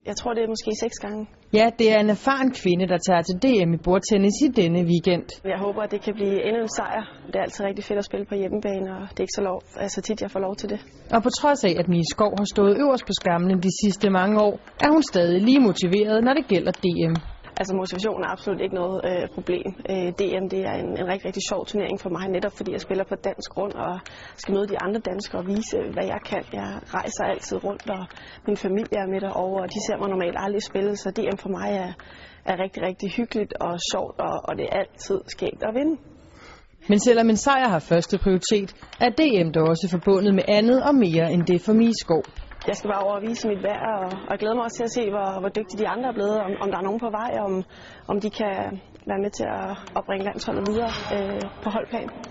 Jeg tror, det er måske 6 gange. Ja, det er en erfaren kvinde, der tager til DM i bordtennis i denne weekend. Jeg håber, at det kan blive endnu en sejr. Det er altid rigtig fedt at spille på hjemmebane, og det er ikke så tit, jeg får lov til det. Og på trods af, at Mie Skov har stået øverst på skamlen de sidste mange år, er hun stadig lige motiveret, når det gælder DM. Altså motivation er absolut ikke noget problem. DM det er en rigtig, rigtig sjov turnering for mig, netop fordi jeg spiller på dansk grund og skal møde de andre danskere og vise, hvad jeg kan. Jeg rejser altid rundt, og min familie er med derovre, og de ser mig normalt aldrig spille, så DM for mig er rigtig, rigtig hyggeligt og sjovt, og det er altid skægt at vinde. Men selvom en sejr har første prioritet, er DM dog også forbundet med andet og mere end det for Mie Skov. Jeg skal bare over og vise mit værd, og jeg glæder mig også til at se, hvor dygtige de andre er blevet, om der er nogen på vej, om de kan være med til at bringe landsholdet videre på holdplan.